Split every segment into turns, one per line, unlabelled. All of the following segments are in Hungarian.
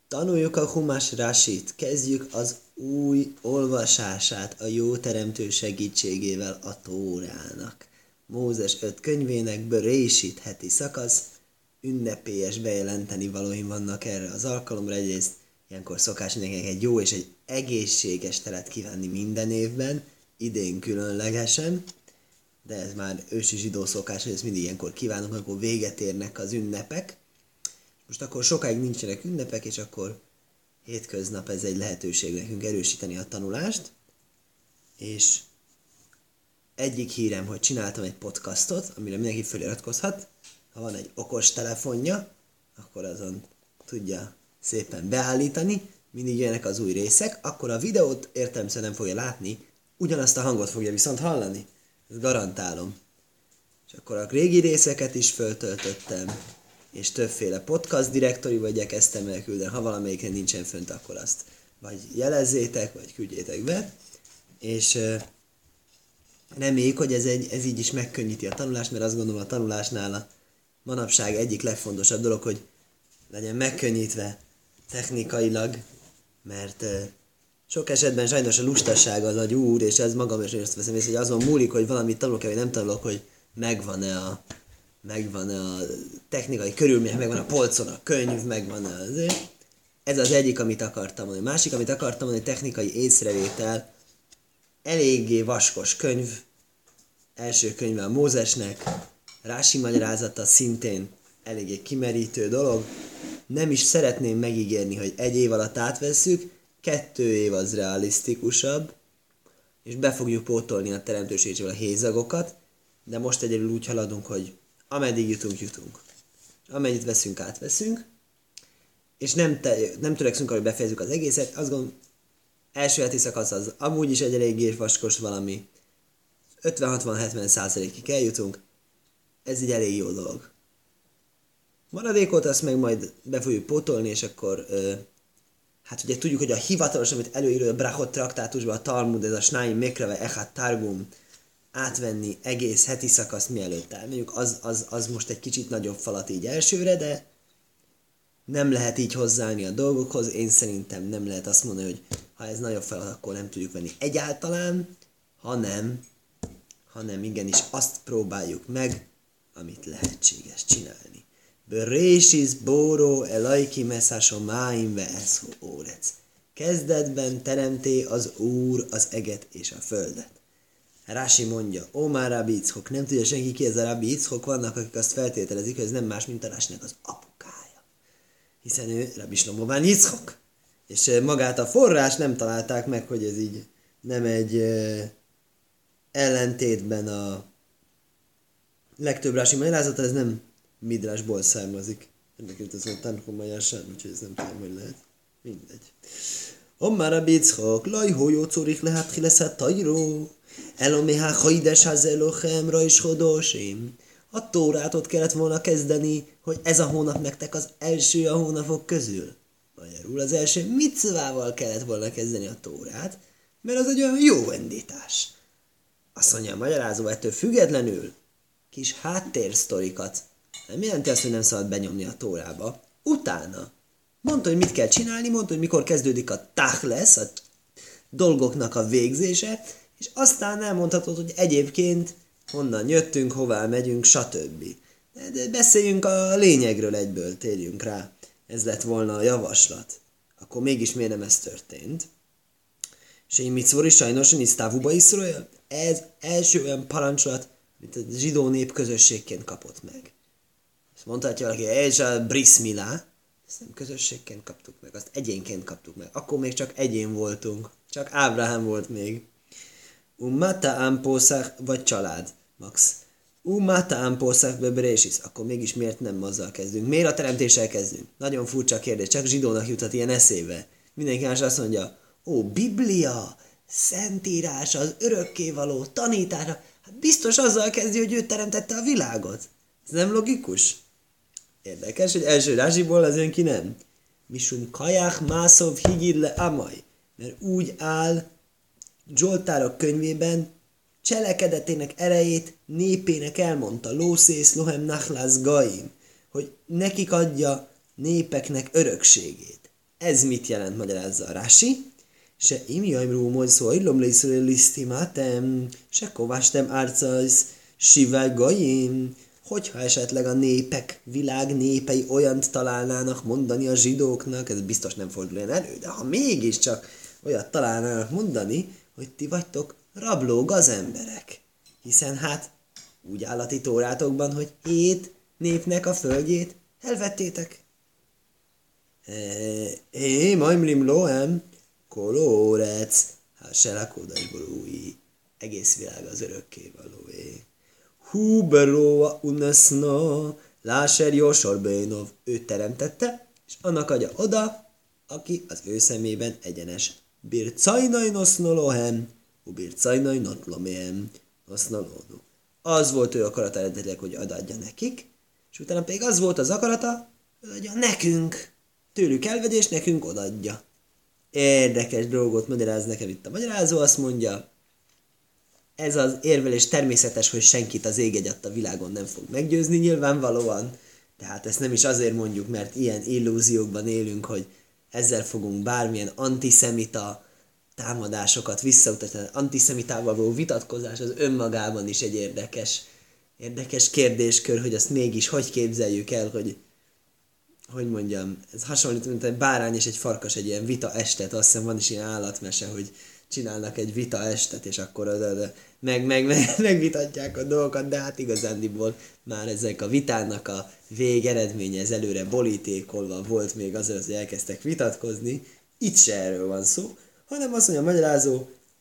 Tanuljuk a Humás Rasit, kezdjük az új olvasását a jó teremtő segítségével a Tórának. Mózes 5 könyvének Berésit heti szakasz, ünnepélyes bejelenteni valóim vannak erre az alkalomra. Egyrészt ilyenkor szokás mindenkinek egy jó és egy egészséges telet kívánni minden évben, idén különlegesen, de ez már ősi zsidó szokás, hogy ezt mindig ilyenkor kívánunk, amikor véget érnek az ünnepek. Most akkor sokáig nincsenek ünnepek, és akkor hétköznap ez egy lehetőség nekünk erősíteni a tanulást. És egyik hírem, hogy csináltam egy podcastot, amire mindenki feliratkozhat. Ha van egy okos telefonja, akkor azon tudja szépen beállítani, mindig jönnek az új részek, akkor a videót értelemszerűen nem fogja látni, ugyanazt a hangot fogja viszont hallani. Ezt garantálom. És akkor a régi részeket is föltöltöttem, és többféle podcast direktoriba igyekeztem elküldeni. Ha valamelyiken nincsen fönt, akkor azt vagy jelezzétek, vagy küldjétek be. És reméljük, hogy ez így is megkönnyíti a tanulást, mert azt gondolom a tanulásnál a manapság egyik legfontosabb dolog, hogy legyen megkönnyítve technikailag, mert sok esetben sajnos a lustaság az nagy úr, és ez magam is azt veszem észre, hogy azon múlik, hogy valamit tanulok-e, vagy nem tanulok, hogy megvan-e a technikai körülmények, megvan a polcon a könyv, megvan-e azért. Ez az egyik, amit akartam mondani. A másik, amit akartam mondani, technikai észrevétel, eléggé vaskos könyv, első könyve a Mózesnek, Rási magyarázata szintén eléggé kimerítő dolog. Nem is szeretném megígérni, hogy egy év alatt átvesszük, 2 év az realisztikusabb, és be fogjuk pótolni a teremtőségével a hézagokat, de most egyedül úgy haladunk, hogy ameddig jutunk. Amennyit veszünk, átveszünk, és nem törekszünk, hogy befejezzük az egészet. Azt gondolom, első heti szakasz az amúgy is egy eléggé vaskos valami, 50-60-70%-ig eljutunk, ez egy elég jó dolog. Maradékot azt meg majd be fogjuk pótolni, és akkor hát ugye tudjuk, hogy a hivatalos, amit előírja a Brachot traktátusban, a Talmud, ez a Snáim Mekreve Echad Targum, átvenni egész heti szakaszt mielőtt elmegyünk, az most egy kicsit nagyobb falat így elsőre, de nem lehet így hozzáállni a dolgokhoz. Én szerintem nem lehet azt mondani, hogy ha ez nagyobb falat, akkor nem tudjuk venni egyáltalán, hanem igenis azt próbáljuk meg, amit lehetséges csinálni. Berésis bóró elajki meszásom máim ve eszho órec. Kezdetben teremté az Úr az eget és a földet. Rási mondja, Omar Rabbi Yitzchok, nem tudja senki ki ez a Rabbi Yitzchok, vannak, akik azt feltételezik, hogy ez nem más, mint a Rásinak az apukája. Hiszen ő Rabbi Shlomo ben Yitzchok. És magát a forrás nem találták meg, hogy ez így nem egy ellentétben a legtöbb Rási magyarázata, ez nem Midrasból származik. Ennek jut az a Tanhumaján sem, úgyhogy ez nem tudom, hogy lehet. Mindegy. Omar Rabbi Yitzchok, laj hójó czorich lehatchileszett tajró. Eloméhá hajdes az Elochem is hodosim. A Tórát ott kellett volna kezdeni, hogy ez a hónap nektek az első a hónapok közül. Magyarul az első micvával kellett volna kezdeni a Tórát, mert az egy olyan jó vendítás. Azt mondja a magyarázó, ettől függetlenül kis háttérsztorikat nem jelenti azt, hogy nem szabad benyomni a Tórába. Utána mondta, hogy mit kell csinálni, mondta, hogy mikor kezdődik a tachles, a dolgoknak a végzése, és aztán elmondhatod, hogy egyébként honnan jöttünk, hová megyünk, stb. De beszéljünk a lényegről egyből, térjünk rá. Ez lett volna a javaslat. Akkor mégis miért nem ez történt? És én mit szól, sajnos, hogy Isztávuba Iszrael? Ez első olyan parancsolat, mint a zsidó nép közösségként kapott meg. Ezt mondhatja valaki, ez a Bris Milá, ezt nem közösségként kaptuk meg, azt egyénként kaptuk meg. Akkor még csak egyén voltunk, csak Ábrahám volt még. Umata ámpószak, vagy család, Max. Umata ámpószak beberésis. Akkor mégis miért nem azzal kezdünk? Miért a teremtéssel kezdünk? Nagyon furcsa kérdés, csak zsidónak jutott ilyen eszébe. Mindenki más azt mondja, Biblia, szentírás, az örökkévaló, tanítása. Hát biztos azzal kezdi, hogy ő teremtette a világot. Ez nem logikus? Érdekes, hogy első Rásiból az jön ki nem. Misum kajach mászov higid le amaj. Mert úgy áll Zsoltárok könyvében, cselekedetének erejét népének elmondta, Lószész Lohem Nachlász Gaim, hogy nekik adja népeknek örökségét. Ez mit jelent, magyarázza a Rási? Se imjaimrú molyszó illom lisztimátem, se kovástem árcajsz, sivel gajim. Hogyha esetleg a népek, világ népei olyant találnának mondani a zsidóknak, ez biztos nem fordul ilyen elő, de ha mégiscsak olyat találnának mondani, hogy ti vagytok rabló gazemberek. Hiszen hát úgy áll a ti tórátokban, hogy 7 népnek a földjét elvettétek. Majmlim loem, kolórec, selakodásból új, egész világ az örökkévalóé. Huberoa unesna, láser Jósor Bénov, ő teremtette, és annak adja oda, aki az ő szemében egyenes. Bircajnaj nosznolohem, ubircajnaj notlomehem, nosznolonu. Az volt ő akarata eredetileg, hogy adja nekik, és utána pedig az volt az akarata, hogy adja nekünk. Tőlük elvegye, és nekünk odadja. Érdekes dolgot magyaráz nekem itt a magyarázó, azt mondja, ez az érvelés természetes, hogy senkit az ég egyatt a világon nem fog meggyőzni nyilvánvalóan, tehát ezt nem is azért mondjuk, mert ilyen illúziókban élünk, hogy ezzel fogunk bármilyen antiszemita támadásokat visszautatni. Antiszemitával való vitatkozás az önmagában is egy érdekes kérdéskör, hogy azt mégis hogy képzeljük el, hogy mondjam, ez hasonlít, mint egy bárány és egy farkas egy ilyen vita estet, azt hiszem van is ilyen állatmese, hogy csinálnak egy vita estet, és akkor megvitatják a dolgokat, de hát igazándiból már ezek a vitának a végeredménye, ez előre borítékolva volt még azért, hogy elkezdtek vitatkozni. Itt se erről van szó, hanem azt mondja a magyarázó,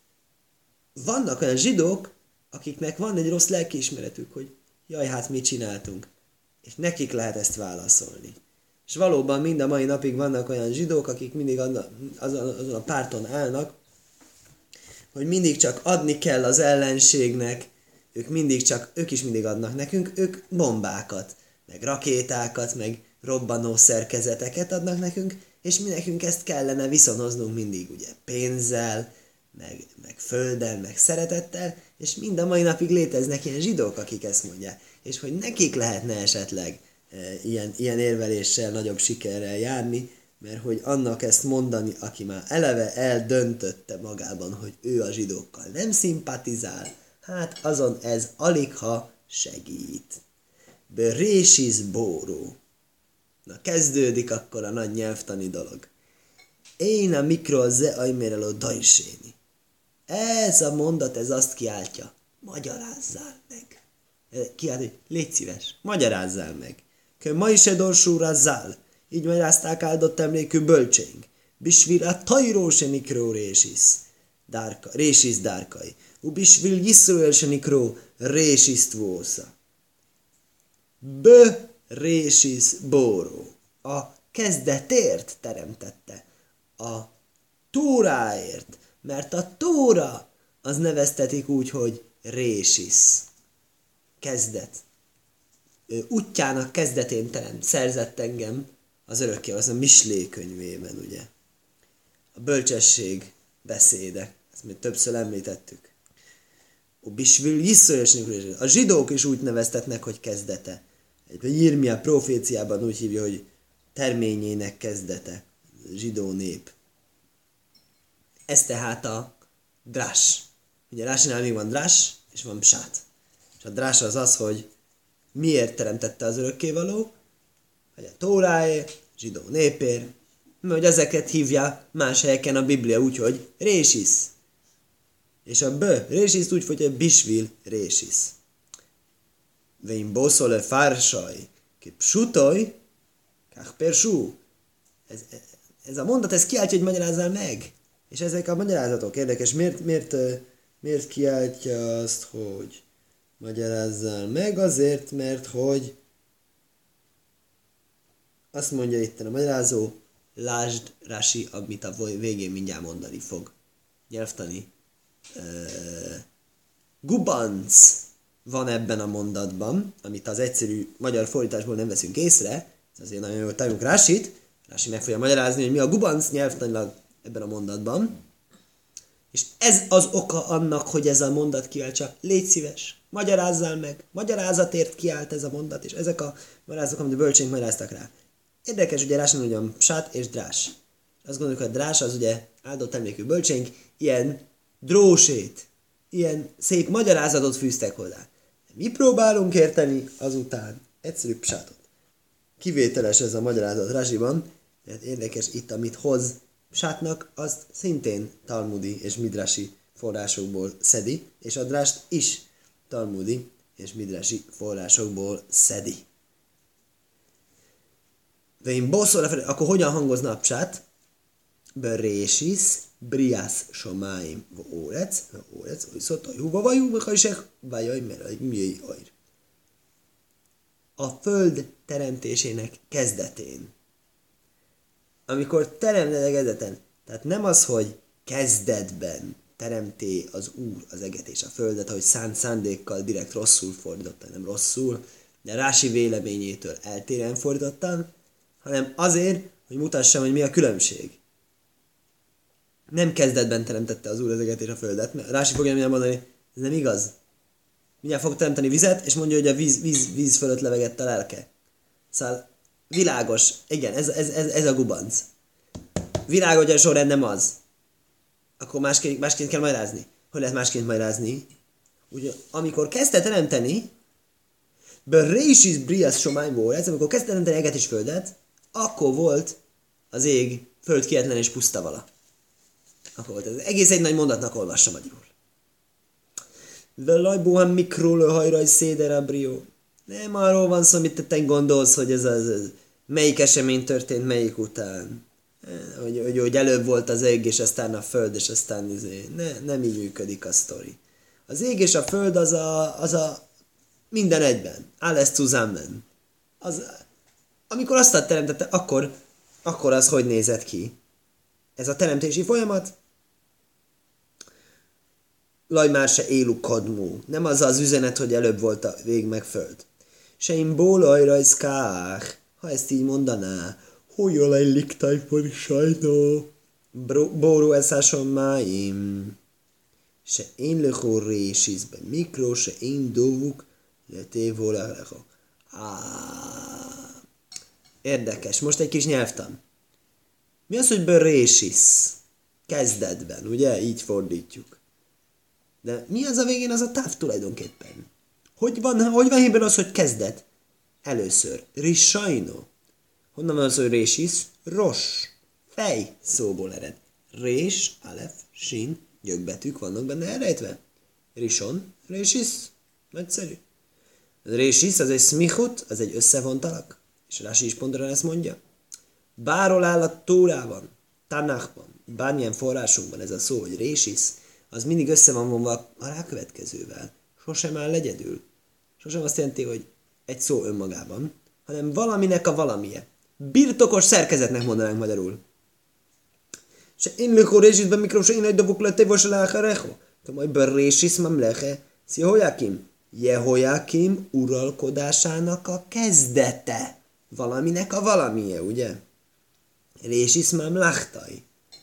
vannak olyan zsidók, akiknek van egy rossz lelkiismeretük, hogy jaj, hát mit csináltunk, és nekik lehet ezt válaszolni. És valóban mind a mai napig vannak olyan zsidók, akik mindig azon a párton állnak, hogy mindig csak adni kell az ellenségnek, ők is mindig adnak nekünk, ők bombákat, meg rakétákat, meg robbanó szerkezeteket adnak nekünk, és mi nekünk ezt kellene viszonoznunk mindig, ugye, pénzzel, meg földdel, meg szeretettel, és mind a mai napig léteznek ilyen zsidók, akik ezt mondják. És hogy nekik lehetne esetleg ilyen érveléssel nagyobb sikerrel járni, mert hogy annak ezt mondani, aki már eleve eldöntötte magában, hogy ő a zsidókkal nem szimpatizál, hát azon ez aligha segít. Berésis bóró. Na kezdődik akkor a nagy nyelvtani dolog. Én a mikro ze ajméreló dajséni. Ez a mondat, ez azt kiáltja. Magyarázzál meg. Kiált, hogy légy szíves, magyarázzál meg. Kö ma is edorsúra zál. Így magyarázták áldott emlékű bölcsénk. Bisvil a tajró se nikró résis dárkai. Bisvil Yisrael se nikró résis tvósza. Résis bóró. A kezdetért teremtette. A Tóráért. Mert a Tóra az neveztetik úgy, hogy résis. Kezdet. Útjának kezdetén szerzett engem az örökké, az a Mislé könyvében, ugye. A bölcsesség beszéde. Ezt még többször említettük. A zsidók is úgy neveztetnek, hogy kezdete. Jirmia proféciában úgy hívja, hogy terményének kezdete. Zsidó nép. Ez tehát a drás. Ugye Rásinál még van drás, és van psát. És a drás az az, hogy miért teremtette az örökkévaló, vagy a Tóráért, zsidó népért, mert ezeket hívja más helyeken a Biblia úgy, hogy résis. És a résis úgy fogja, hogy bisvil résis. Vén boszole fársaj, ki psutoj, kach persú. Ez a mondat, ez kiáltja, hogy magyarázzál meg. És ezek a magyarázatok érdekes. Miért kiáltja azt, hogy magyarázzál meg? Azért, mert hogy azt mondja itt a magyarázó, lásd Rási, amit a végén mindjárt mondani fog. Nyelvtani. Gubanc van ebben a mondatban, amit az egyszerű magyar fordításból nem veszünk észre, ez azért nagyon jól tanuljuk Rásit. Rási meg fogja magyarázni, hogy mi a gubanc nyelvtanilag ebben a mondatban. És ez az oka annak, hogy ez a mondat kiáltsa, légy szíves, magyarázzál meg, magyarázatért kiállt ez a mondat, és ezek a magyarázatok, amit a bölcsénk magyaráztak rá. Érdekes, ugye Rási mondja, psát és drás. azt gondoljuk, hogy a drás az ugye áldott emlékű bölcsénk, ilyen drósét, ilyen szép magyarázatot fűztek hozzá. Mi próbálunk érteni azután egyszerű psátot. Kivételes ez a magyarázat Rasiban, mert érdekes itt, amit hoz psátnak, azt szintén talmudi és midrasi forrásokból szedi, és a drást is talmudi és midrasi forrásokból szedi. De én bosszorra felé, akkor hogyan hangozna a psát? Berésis, briász somáim, órec, olyszot, húva vajú, mekajsek, vajaj, mert műjj ajr. A föld teremtésének kezdetén. Amikor teremted kezdeten, tehát nem az, hogy kezdetben teremté az Úr az eget és a földet, ahogy szánt szándékkal direkt rosszul fordította, nem rosszul, de Rási véleményétől eltérően fordítottam, hanem azért, hogy mutassam, hogy mi a különbség. Nem kezdetben teremtette az Úr az eget és a földet, mert Rási fogja mindjárt mondani, ez nem igaz. Mindjárt fog teremteni vizet, és mondja, hogy a víz fölött levegett a lelke. Szóval világos, igen, ez a gubanc. Világos, hogy a sorrend nem az. Akkor másként kell magyarázni. Hogy lehet másként magyarázni? Ugye, amikor kezdte teremteni, Berésis brias somány volt, amikor kezdte teremteni eget és földet, akkor volt az ég föld kietlen és puszta vala. Akkor volt ez. Egész egy nagy mondatnak olvassa magyarul. Velaj buhan mikról hajraj széder brió. Nem arról van szó, amit te gondolsz, hogy ez melyik esemény történt melyik után. Hogy előbb volt az ég, és aztán a föld, és aztán nem így működik a sztori. Az ég és a föld az a minden egyben. Alles zusammen. Amikor azt teremtette, akkor az hogy nézett ki? Ez a teremtési folyamat? Laj már se élukadmú. Nem az az üzenet, hogy előbb volt a vég meg föld. Se én bólajrajszkák. Ha ezt így mondaná, hogy olaj liktajpon sajnó. Bóró eszáson máim. Se én lehó résizben mikro, se én dovuk letévóleho. Érdekes. Most egy kis nyelvtan. Mi az, hogy berésis? Kezdetben, ugye? Így fordítjuk. De mi az a végén az a táv tulajdonképpen? Hogy van hívben az, hogy kezdet? Először. Risajno. Honnan van az, hogy résis? Ros. Fej szóból ered. Rés, alef, sin, gyökbetűk vannak benne elrejtve. Rison, résis. Nagyszerű. A résis az egy smichut, az egy összevont alak. És Rási is pontosan ezt mondja. Bárhol áll a Tórában, Tanachban, bármilyen forrásunkban ez a szó, hogy résis, az mindig össze van vonva a rákövetkezővel. Sosem áll egyedül. Sosem azt jelenti, hogy egy szó önmagában, hanem valaminek a valamije. Birtokos szerkezetnek mondanánk magyarul. Se én lőkó résisben mikro, se én egy dobuk lett évos a láharecho. Majd berésis mamleche. Jehoiakim uralkodásának a kezdete. Valaminek a valamije, ugye? Résis mamlachtai.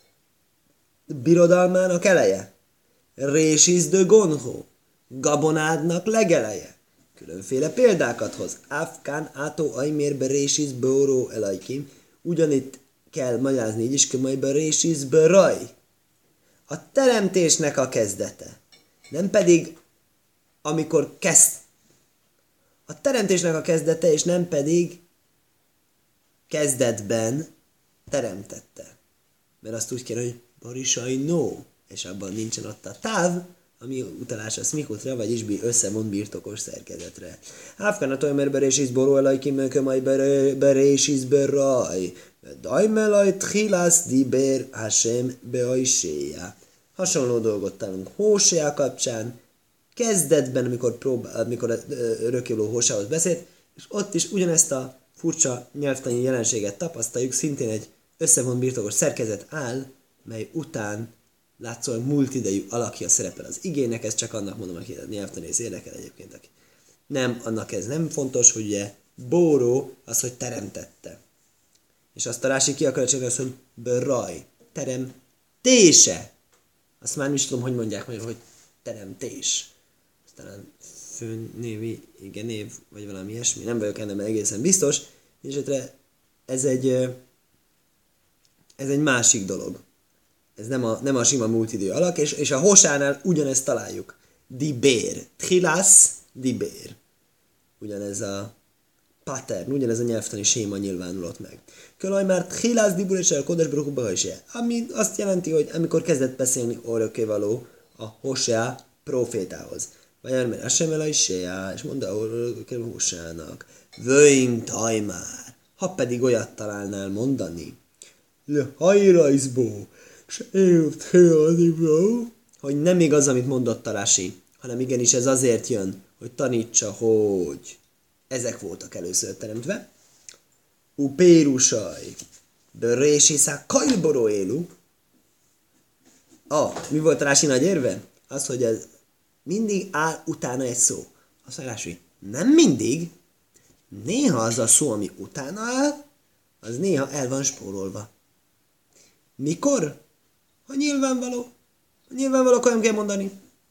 Birodalmának eleje. Résis de gonho. Gabonádnak legeleje. Különféle példákat hoz. Afkán átó ajmér berésis beóró elajkim. Ugyanitt kell magyarázni így is, majd berésis beraj. A teremtésnek a kezdete. Nem pedig amikor kezd. A teremtésnek a kezdete, és nem pedig kezdetben teremtette. Mert azt úgy kell, hogy barisai no, és abban nincsen ott a táv, ami utalás a szmikutra, vagyis összemond birtokos szerkezetre. Áfkánatoj, mert berésis boró elajkim, kömaj berésis beraj. Dajmelaj tchilász diber Hashem beajséja. Hasonló dolgot tanulunk Hósea kapcsán, kezdetben, amikor a örökkévaló Hóseahoz beszélt, és ott is ugyanezt a furcsa nyelvtani jelenséget tapasztaljuk, szintén egy összevont birtokos szerkezet áll, mely után látszólag múlt idejű alakja szerepel az igének, ez csak annak mondom, aki a nyelvtanész érdekel egyébként, aki nem, annak ez nem fontos, hogy ugye bóró az, hogy teremtette. És azt a Rási ki akarja csinálni, az, hogy beraj, teremtése. Azt már nem is tudom, hogy mondják magyarul, hogy teremtés. Aztán főnévi, igen, név, vagy valami ilyesmi, nem vagyok ennek egészen biztos. És ez egy ez egy másik dolog. Ez nem a sima múltidő alak, és a Hosánál ugyanezt találjuk. Dibér. Tchilász, dibér. Ugyanez a pattern, ugyanez a nyelvtani séma nyilvánulott meg. Kölaj már tchilász dibur és a kodes brukubba hajse. Ami azt jelenti, hogy amikor kezdett beszélni örökkévaló a Hosea profétához. Vajon mert Esemela is és mondta Hoseának. Vöjm tajmár. Ha pedig olyat találnál mondani. Le hajrajzbó. Hogy nem igaz, amit mondott Rashi, hanem igenis ez azért jön, hogy tanítsa, hogy ezek voltak először teremtve. Upérusaj, bőrésiszá kajlboró élu. Mi volt a Rashi nagy érve? Az, hogy ez mindig áll utána egy szó. Azt mondja Rashi, nem mindig. Néha az a szó, ami utána áll, az néha el van spórolva. Mikor? Ha nyilvánvaló. Ha nyilvánvaló, akkor nem kell mondani.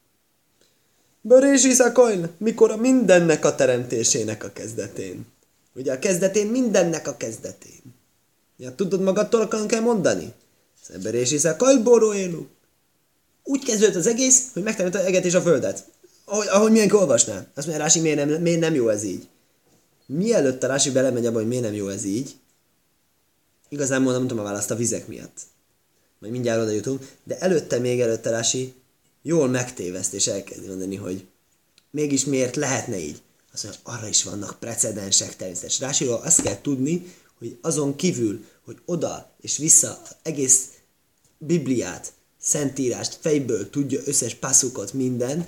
Börés iszakajl, mikor a mindennek a teremtésének a kezdetén. Ugye a kezdetén mindennek a kezdetén. Ja, tudod magadtól, akkor nem kell mondani. Börés iszakajl, boró élu. Úgy kezdődött az egész, hogy megteremtette az eget és a földet. Ahogy milyenkor olvasnál. Azt mondja, Rási, miért nem jó ez így? Mielőtt a Rási belemegy abba, hogy miért nem jó ez így, igazán nem tudom a választ a vizek miatt. Majd mindjárt oda jutunk, de előtte Rási jól megtéveszt, és elkezdi mondani, hogy mégis miért lehetne így. Azt mondja, arra is vannak precedensek természetesen. Rásiról azt kell tudni, hogy azon kívül, hogy oda és vissza egész Bibliát, Szentírást, fejből tudja összes passzukot, minden,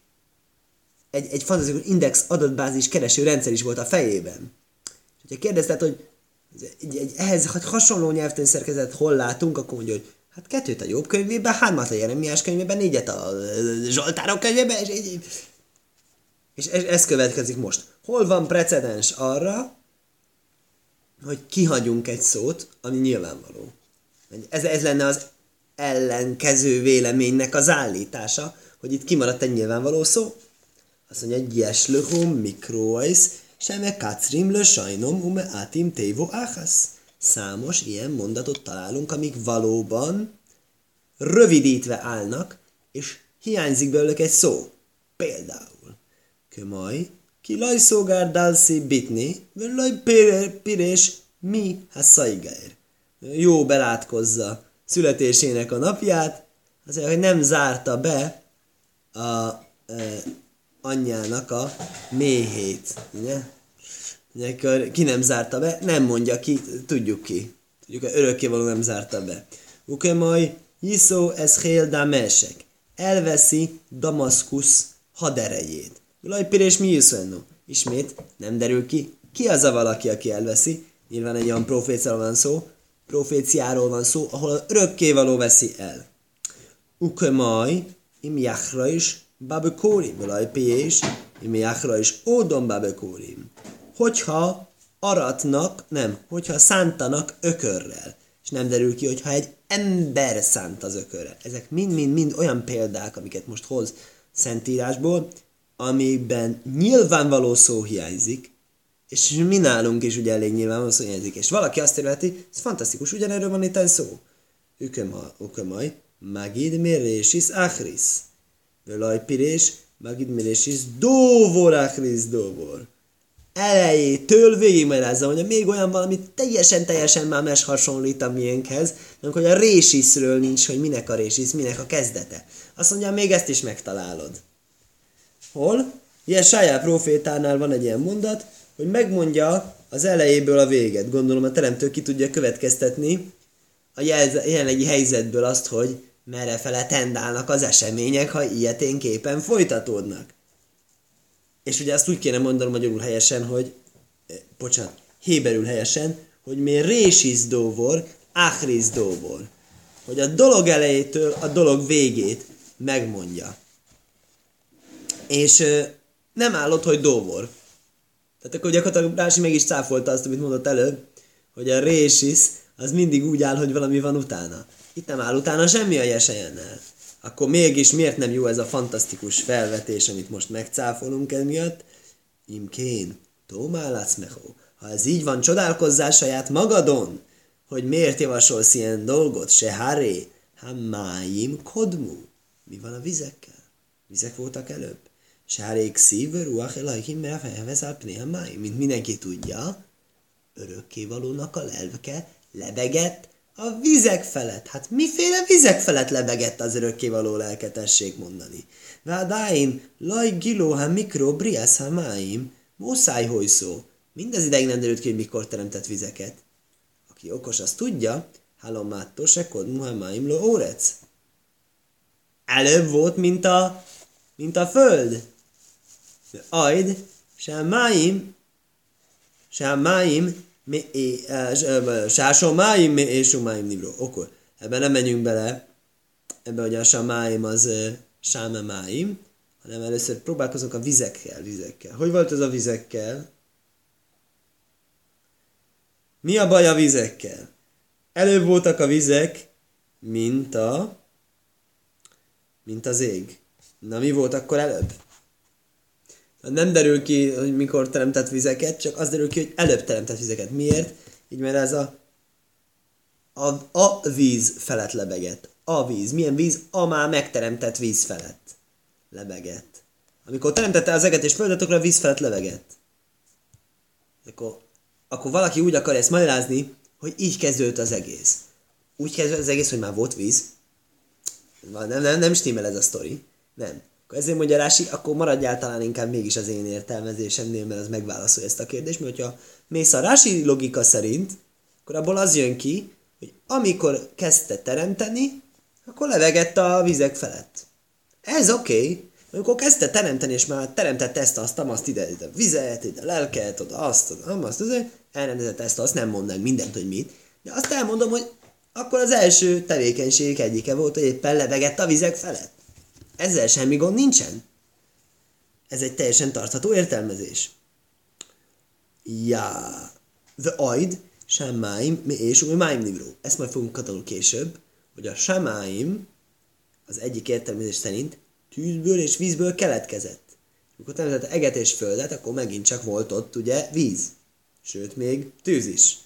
egy fantasztikus index adatbázis kereső rendszer is volt a fejében. És hogyha kérdezted, hogy ehhez hasonló nyelvtani szerkezet hol látunk, akkor mondja, hogy hát 2 a Jobb könyvében, 3 a Jeremiás könyvében, 4 a Zsoltárok könyvében, és ez következik most. Hol van precedens arra, hogy kihagyunk egy szót, ami nyilvánvaló? Ez lenne az ellenkező véleménynek az állítása, hogy itt kimaradt egy nyilvánvaló szó. Azt mondja, Jeslöhom mikroajsz, seme kacrim le sajnom ume átim tévo áhasz. Számos ilyen mondatot találunk, amik valóban rövidítve állnak, és hiányzik belőlük egy szó. Például, kömaj, ki lajszógár dalszi bitni, völlaj pirés mi hasszaigáir. Jó belátkozza születésének a napját, azért, hogy nem zárta be a anyjának a méhét. Ugye? Akkor ki nem zárta be, nem mondja ki, tudjuk ki. Tudjuk, hogy örökkévaló nem zárta be. Ukemaj, Jiszó ez hél damesek. Elveszi Damaszkusz haderejét. Lajpirés mi jösszönno? Ismét nem derül ki. Ki az a valaki, aki elveszi? Nyilván egy olyan proféciáról van szó, ahol az örökkévaló veszi el. Ukemaj, im jachra is babekórim. Lajpirés, im jachra is ódom babekórim. Hogyha hogyha szántanak ökörrel. És nem derül ki, hogyha egy ember szánt az ökörrel. Ezek mind olyan példák, amiket most hoz Szentírásból, amiben nyilvánvaló szó hiányzik, és mi nálunk is ugye elég nyilvánvaló szó hiányzik. És valaki azt területi, ez fantasztikus, ugyanerről van itt egy szó. Ukemaj, magid mérésis achris. Völaj pirés, magid mérésis dóvor achris dóvor. Elejétől végigmagyarázza, hogy még olyan valami teljesen más hasonlít a miénkhez, amikor hogy a résiszről nincs, hogy minek a résisz, minek a kezdete. Azt mondja, még ezt is megtalálod. Hol? Jesaja profétánál van egy ilyen mondat, hogy megmondja az elejéből a véget. Gondolom a teremtő ki tudja következtetni a jelenlegi helyzetből azt, hogy merrefele tendálnak az események, ha ilyeténképpen folytatódnak. És ugye azt úgy kéne mondanom magyarul helyesen, hogy, héberül helyesen, hogy mi résisz dóvor, áhrisz dóvor. Hogy a dolog elejétől a dolog végét megmondja. És nem állott, hogy dóvor. Tehát akkor gyakorlatilag Rási meg is cáfolta azt, amit mondott előbb, hogy a résisz az mindig úgy áll, hogy valami van utána. Itt nem áll utána semmi a Jesajánál. Akkor mégis miért nem jó ez a fantasztikus felvetés, amit most megcáfolunk emiatt? Imkén, tómálátsz mechó. Ha ez így van, csodálkozzál saját magadon, hogy miért javasolsz ilyen dolgot, se haré, hamáim kodmu. Mi van a vizekkel? Vizek voltak előbb. Se haré kszív, ruach elajkim, merafehevez alpné hamáim. Mint mindenki tudja, örökkévalónak a lelke lebegett a vizek felett. Hát miféle vizek felett lebegett az örökkévaló lelke, tessék mondani. Vádáin, laj gilóha mikro briász hamáim, mószáj hojszó. Mindez ideig nem derült ki, hogy mikor teremtett vizeket. Aki okos, az tudja, halomátto se kod muhamáim lo órec. Előbb volt, mint a föld. Ajd, se máim, sásomáim és sumáim nivró. Akkor ebben nem menjünk bele, ebben hogy a samáim az sámemáim, hanem először próbálkozok a vizekkel. Hogy volt ez a vizekkel? Mi a baj a vizekkel? Előbb voltak a vizek, mint az ég. Na mi volt akkor előbb? Nem derül ki, hogy mikor teremtett vizeket, csak az derül ki, hogy előbb teremtett vizeket. Miért? Így mert ez a víz felett lebegett. A víz. Milyen víz? A már megteremtett víz felett lebegett. Amikor teremtette az eget és földet, akkor a víz felett lebegett. Akkor valaki úgy akarja ezt magyarázni, hogy így kezdődött az egész. Úgy kezdődött az egész, hogy már volt víz. Nem stimmel ez a sztori. Nem. Akkor ezért mondja Rási, akkor maradjál talán inkább mégis az én értelmezésemnél, mert az megválaszolja ezt a kérdést, mert hogyha mész a Rási logika szerint, akkor abból az jön ki, hogy amikor kezdte teremteni, akkor levegett a vizek felett. Ez oké. Amikor kezdte teremteni, és már teremtette ezt, azt, ide a vizet, ide a lelket, oda azt, elrendezett ezt, azt nem mondanánk mindent, hogy mit. De azt elmondom, hogy akkor az első tevékenység egyike volt, hogy éppen levegett a vizek felett. Ezzel semmi gond nincsen. Ez egy teljesen tartható értelmezés. Ja, the aid, semmáim, mi és máim nivró. Ezt majd fogunk tanulni később, hogy a semmáim az egyik értelmezés szerint tűzből és vízből keletkezett. Amikor teremtette eget és földet, akkor megint csak volt ott ugye víz. Sőt, még tűz is.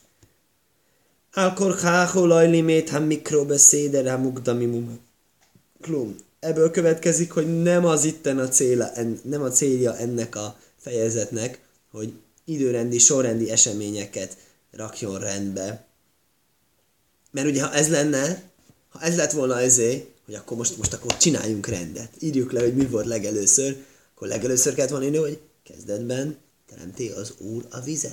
Alkor háholaj limét ha mikrobeszéder ha mukdamimum. Klum. Ebből következik, hogy nem a célja ennek a fejezetnek, hogy időrendi, sorrendi eseményeket rakjon rendbe. Mert ugye, ha ez lett volna hogy akkor most akkor csináljunk rendet. Írjuk le, hogy mi volt legelőször, akkor legelőször kellett volna írni, hogy kezdetben teremté az Úr a vizet.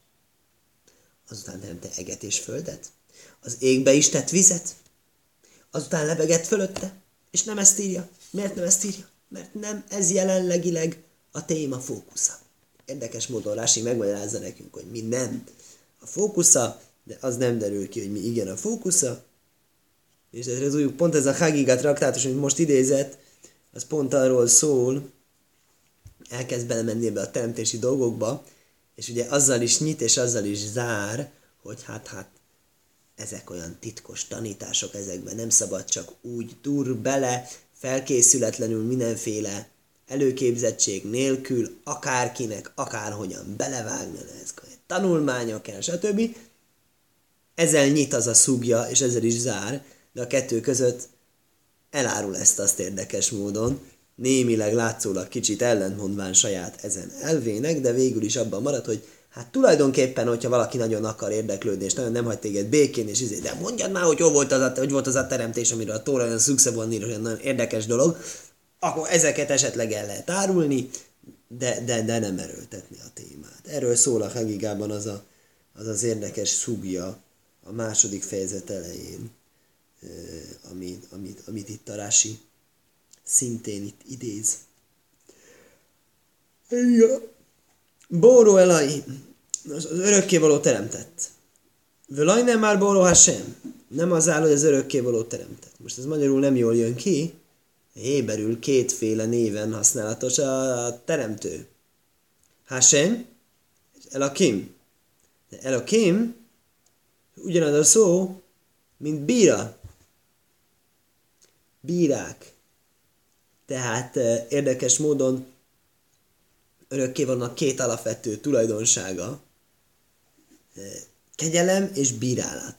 Azután teremte eget és földet. Az égbe is tett vizet. Azután lebegett fölötte. És nem ezt írja. Miért nem ezt írja? Mert nem ez jelenlegileg a téma fókusza. Érdekes módon Rási megmagyarázza nekünk, hogy mi nem a fókusza, de az nem derül ki, hogy mi igen a fókusza. És ez úgy, pont ez a Hagiga traktátus, amit most idézett, az pont arról szól, elkezd belemenni ebbe a teremtési dolgokba, és ugye azzal is nyit, és azzal is zár, hogy hát ezek olyan titkos tanítások, ezekben nem szabad csak úgy dur bele, felkészületlenül mindenféle előképzettség nélkül, akárkinek, akárhogyan belevágni, ez tanulmányok kell, stb. Ezzel nyit az a szugja, és ezzel is zár, de a kettő között elárul ezt azt érdekes módon, némileg látszólag kicsit ellentmondván saját ezen elvének, de végül is abban marad, hogy hát tulajdonképpen, hogyha valaki nagyon akar érdeklődni, és nagyon nem hagy téged békén, és de mondjad már, hogy hogy volt az a teremtés, amiről a Tóra olyan szüksze van, olyan nagyon érdekes dolog, akkor ezeket esetleg el lehet árulni, de nem erőltetni a témát. Erről szól a Hagigában az érdekes szugja a második fejezet elején, amit itt a Rási szintén itt idéz. Bóró elai, az örökkévaló teremtett. Völaj nem már bóró Hashem. Nem az áll, hogy az örökkévaló teremtett. Most ez magyarul nem jól jön ki. Héberül kétféle néven használatos a teremtő. Hashem és Elakim. De Elakim ugyanaz a szó, mint bíra. Bírák. Tehát érdekes módon örökkévalónak két alapvető tulajdonsága. Kegyelem és bírálat.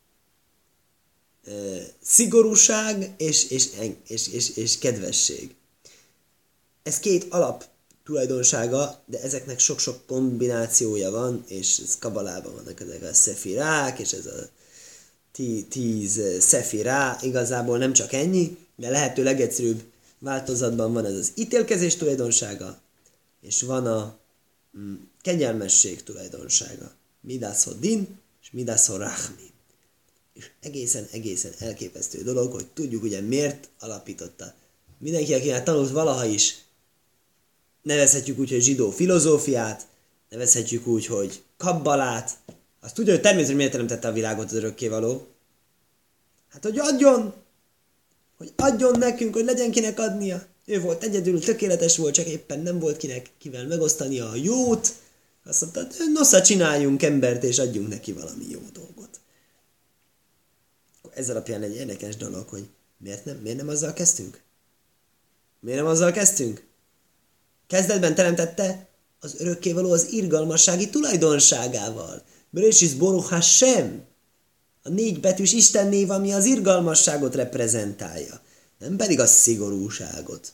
Szigorúság és kedvesség. Ez két alap tulajdonsága, de ezeknek sok-sok kombinációja van, és ez kabalában vannak ezek a szefirák, és ez a 10 szefirá, igazából nem csak ennyi, de lehető legegyszerűbb változatban van ez az ítélkezés tulajdonsága, és van a kegyelmesség tulajdonsága. Midászod din, és midászod rachmi. És egészen elképesztő dolog, hogy tudjuk ugye miért alapította. Mindenki, aki már tanult valaha is, nevezhetjük úgy, hogy zsidó filozófiát, nevezhetjük úgy, hogy kabbalát. Azt tudja, hogy természetesen miért teremtette a világot az örökkévaló. Hát, hogy adjon nekünk, hogy legyen kinek adnia. Ő volt egyedül, tökéletes volt, csak éppen nem volt kivel megosztania a jót. Azt mondta, nosza, csináljunk embert, és adjunk neki valami jó dolgot. Ez alapján egy érdekes dolog, hogy miért nem azzal kezdtünk? Miért nem azzal kezdtünk? Kezdetben teremtette az örökkévaló az irgalmassági tulajdonságával. Berésis Baruch Hashem. A 4 betűs Isten név, ami az irgalmasságot reprezentálja. Nem pedig a szigorúságot.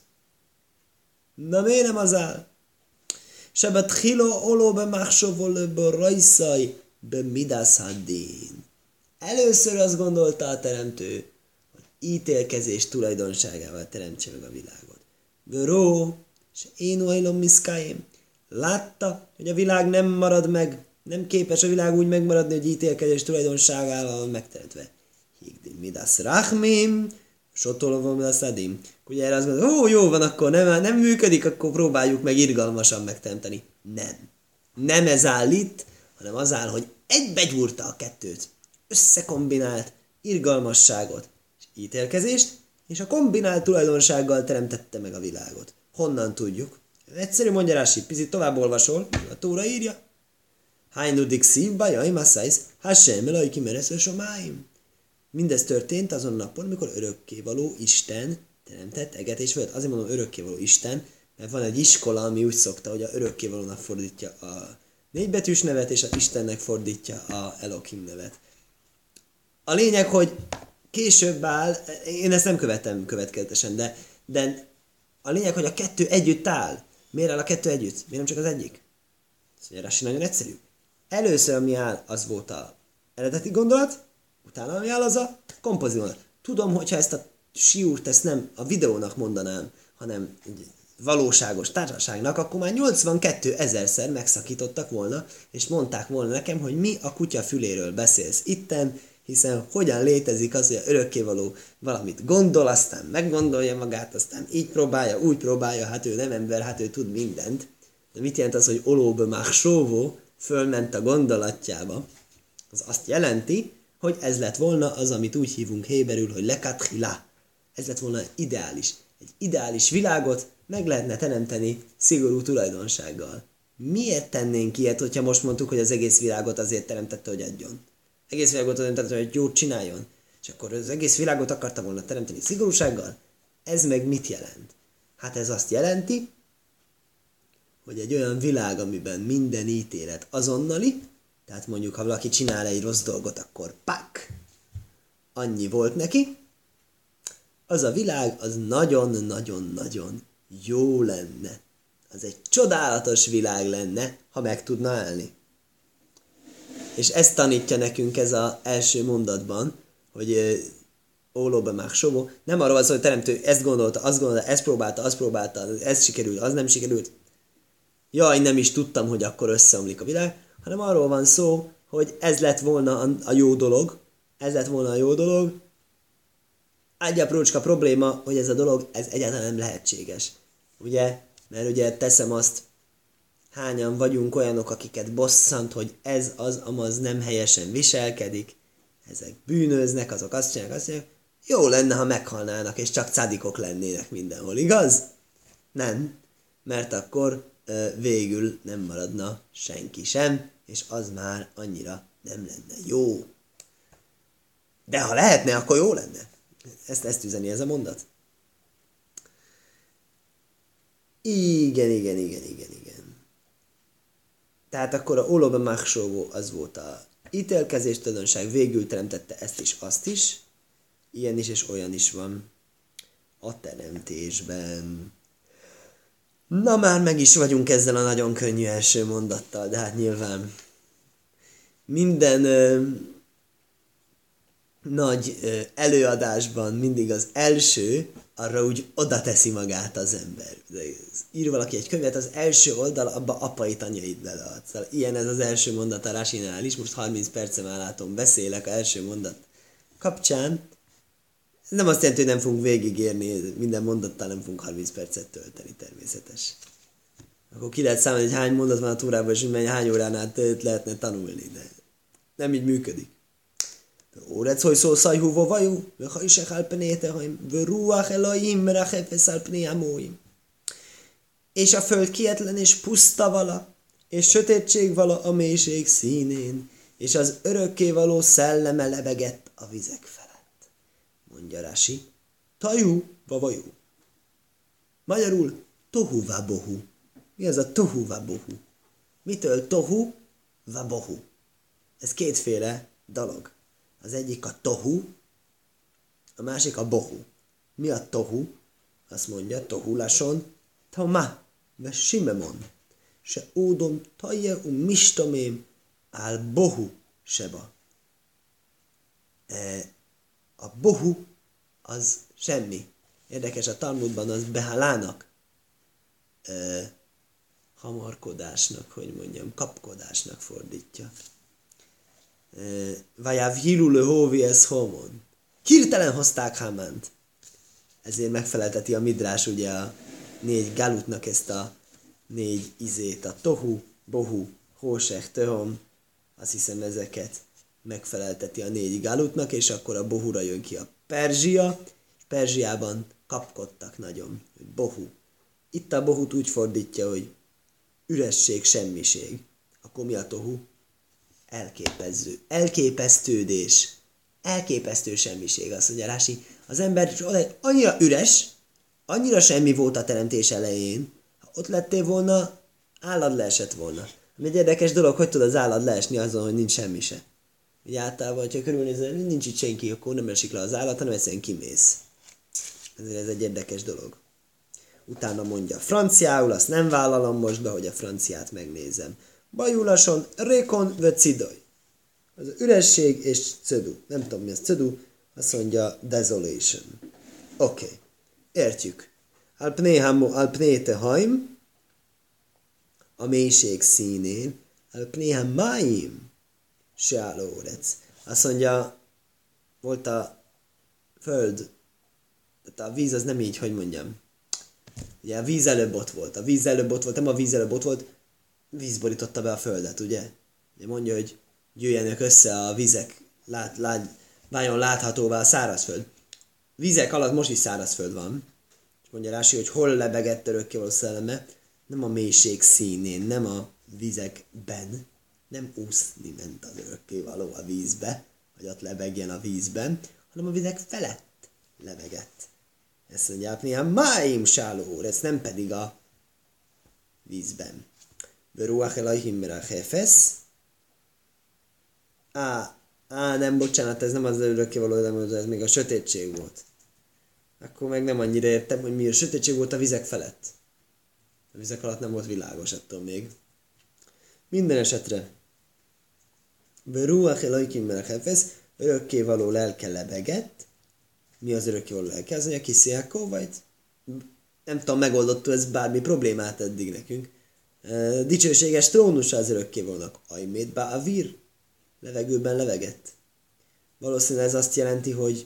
Na miért nem az áll? Sebet hilo oló be machsovol be rajszaj be midas haddin. Először azt gondolta a teremtő, hogy ítélkezés tulajdonságával teremtse meg a világot. Veró, és én hajlom miszkáim. Látta, hogy a világ nem marad meg, nem képes a világ úgy megmaradni, hogy ítélkezés tulajdonságával megteremtve. Higdim midas rachmim, sotolovom leszadim. Ugye erre azt mondod, jó van, akkor nem működik, akkor próbáljuk meg irgalmasan megteremteni. Nem. Nem ez áll itt, hanem az áll, hogy egybegyúrta a kettőt. Összekombinált irgalmasságot és ítélkezést, és a kombinált tulajdonsággal teremtette meg a világot. Honnan tudjuk? Egyszerű mondja Rási, picit tovább olvasol, a Tóra írja. Hájnudik szívba, jaj, masszájsz, Hashem elajki meresző somáim. Mindez történt azon a napon, amikor örökkévaló Isten teremtett eget és földet. Azért mondom örökkévaló Isten, mert van egy iskola, ami úgy szokta, hogy a örökkévalónak fordítja a 4 betűs nevet, és az Istennek fordítja a Elohim nevet. A lényeg, hogy később áll, én ezt nem követem következetesen, de a lényeg, hogy a 2 együtt áll. Miért áll a 2 együtt? Miért nem csak az egyik? Azt mondja, Rási nagyon egyszerű. Először, ami áll, az volt a eredeti gondolat, utána, ami áll, az a kompozíció. Tudom, hogyha ezt a siúrt, ezt nem a videónak mondanám, hanem egy valóságos társaságnak, akkor már 82 000-szer megszakítottak volna, és mondták volna nekem, hogy mi a kutya füléről beszélsz itten, hiszen hogyan létezik az, hogy a örökkévaló valamit gondol, aztán meggondolja magát, aztán így próbálja, úgy próbálja, hát ő nem ember, hát ő tud mindent. De mit jelent az, hogy olóbe már sóvó fölment a gondolatjába? Az azt jelenti, hogy ez lett volna az, amit úgy hívunk héberül, hogy lekathila. Ez lett volna ideális. Egy ideális világot meg lehetne teremteni szigorú tulajdonsággal. Miért tennénk ilyet, hogyha most mondtuk, hogy az egész világot azért teremtette, hogy adjon? Egész világot teremtette, hogy jót csináljon. És akkor az egész világot akarta volna teremteni szigorúsággal? Ez meg mit jelent? Hát ez azt jelenti, hogy egy olyan világ, amiben minden ítélet azonnali, tehát mondjuk, ha valaki csinál egy rossz dolgot, akkor pak! Annyi volt neki. Az a világ, az nagyon-nagyon-nagyon jó lenne. Az egy csodálatos világ lenne, ha meg tudna állni. És ezt tanítja nekünk ez az első mondatban, hogy ólóba már sobó. Nem arról van szó, hogy teremtő ezt gondolta, azt gondolta, ezt próbálta, azt próbálta, ez sikerült, az nem sikerült. Jaj, nem is tudtam, hogy akkor összeomlik a világ, hanem arról van szó, hogy ez lett volna a jó dolog, ez lett volna a jó dolog. Egy aprócska probléma, hogy ez a dolog, ez egyáltalán nem lehetséges. Ugye? Mert ugye teszem azt, hányan vagyunk olyanok, akiket bosszant, hogy ez az, amaz nem helyesen viselkedik, ezek bűnöznek, azok azt csinálják, jó lenne, ha meghalnának, és csak cadikok lennének mindenhol, igaz? Nem, mert akkor végül nem maradna senki sem, és az már annyira nem lenne jó. De ha lehetne, akkor jó lenne. Ezt üzeni ez a mondat. Igen. Tehát akkor a Olobe Machsóvó az volt a ítélkezéstelenság végül teremtette ezt is, azt is. Ilyen is és olyan is van a teremtésben. Na már meg is vagyunk ezzel a nagyon könnyű első mondattal, de hát nyilván minden nagy előadásban mindig az első, arra úgy oda teszi magát az ember. Ír valaki egy könyvet, az első oldal, abba apait, anyait belead. Szóval ilyen ez az első mondat a Rasinál is, most 30 percen már látom, beszélek az első mondat kapcsán. Ez nem azt jelenti, hogy nem fogunk végigérni, minden mondattal nem fogunk 30 percet tölteni, természetes. Akkor ki lehet számolni, hogy hány mondat van a Tórában, és hány órán át lehetne tanulni, de nem így működik. Órec, hogy szó szajhúva vajú, ha is elpenétehaim, vöruach elaim, rachefesz alpnéamóim. És a föld kietlen és puszta vala, és sötétség vala a mélység színén, és az örökkévaló szelleme lebegett a vizek felett. Mondja Rasi, tajú, vavajú. Magyarul tohu vabohu. Mi az a tohu vabohu? Mitől tohu vabohu? Ez kétféle dolog. Az egyik a tohu, a másik a bohu. Mi a tohu? Azt mondja, tohu lason, tama, ve simemon. Se ódom tajje mistomém, áll bohu seba. A bohu az semmi. Érdekes, a Talmudban az behalának, hamarkodásnak, hogy mondjam, kapkodásnak fordítja. Vajáv hilulő hóvi ez homon. Hirtelen hozták Hamánt. Ezért megfelelteti a Midrás ugye a 4 galutnak ezt a 4 izét, a tohu, bohu, hósech, töhom. Azt hiszem ezeket megfelelteti a 4 galutnak, és akkor a bohura jön ki a Perzsia, és Perzsiában kapkodtak nagyon, hogy bohu. Itt a bohut úgy fordítja, hogy üresség, semmiség. Akkor mi a tohu? Elképesztődés, elképesztő semmiség. Azt mondja Rási, az ember annyira üres, annyira semmi volt a teremtés elején, ha ott lettél volna, állad leesett volna. Ami egy érdekes dolog, hogy tud az állad leesni azon, hogy nincs semmi se. Ugye általában, ha körülnézel, nincs itt senki, akkor nem esik le az állat, hanem egyszerűen kimész. Ezért ez egy érdekes dolog. Utána mondja franciául, azt nem vállalom most be, hogy a franciát megnézem. Bajulason, rékon, ve cidoj. Az üresség és cödu. Nem tudom mi az cödu, azt mondja desolation. Oké. Értjük. Alpnéte haim, a mélység színén, alpnéha máim, se állórec. Azt mondja, volt a föld, tehát a víz az nem így, hogy mondjam. Ugye a víz előbb ott volt, nem a víz előbb ott volt, víz borította be a földet, ugye? Ugye mondja, hogy jöjjenek össze a vizek, váljon láthatóvá a szárazföld. Vizek alatt most is szárazföld van. És mondja Rási, hogy hol lebegett örökkévaló szelleme, nem a mélység színén, nem a vizekben, nem úszni ment az örökkévaló a vízbe, hogy ott lebegjen a vízben, hanem a vizek felett lebegett. Ezt mondják néha máim sálór, ez nem pedig a vízben. Beruach elajhim merachefesz. Nem, bocsánat, ez nem az örökkévaló, ez még a sötétség volt. Akkor meg nem annyira értem, hogy mi a sötétség volt a vizek felett. A vizek alatt nem volt világos attól még. Minden esetre. Beruach elajhim merachefesz, örökkévaló lelke lebegett. Mi az örökkévaló lelke? Az mondja, kisziákó vagy? Nem tudom, megoldott ez bármi problémát eddig nekünk. Dicsőséges trónusa az örökkévalónak. Ajmét bá a vír. Levegőben levegett. Valószínűleg ez azt jelenti, hogy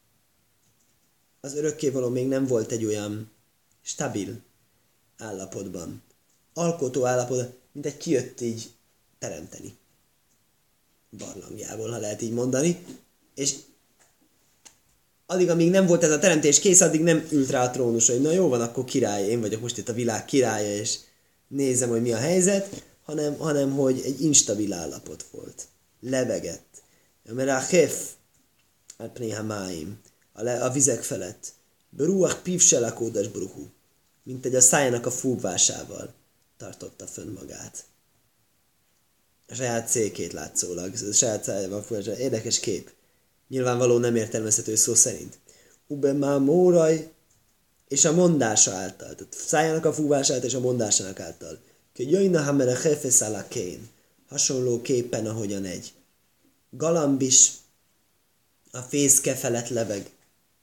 az örökkévaló még nem volt egy olyan stabil állapotban. Alkotó állapotban, mint egy kijött így teremteni. Barlangjából, ha lehet így mondani. És addig, amíg nem volt ez a teremtés kész, addig nem ült rá a trónusra, hogy na jó van, akkor király, én vagyok most itt a világ királya, és nézem, hogy mi a helyzet, hanem hogy egy instabil állapot volt. Lebegett. Mert a chef, a vizek felett. Beruach pívselakódas bruhu. Mint egy a szájának a fúvásával tartotta fönn magát. a saját székét látszólag. A saját szájában fúvással. Érdekes kép. Nyilvánvaló nem értelmezhető szó szerint. Ube má móraj, és a mondása által. Tehát szájának a fúvását és a mondásának által. Jöjjna hamere hefesz alakén. Hasonlóképpen, ahogyan egy galamb is a fészke felett lebeg.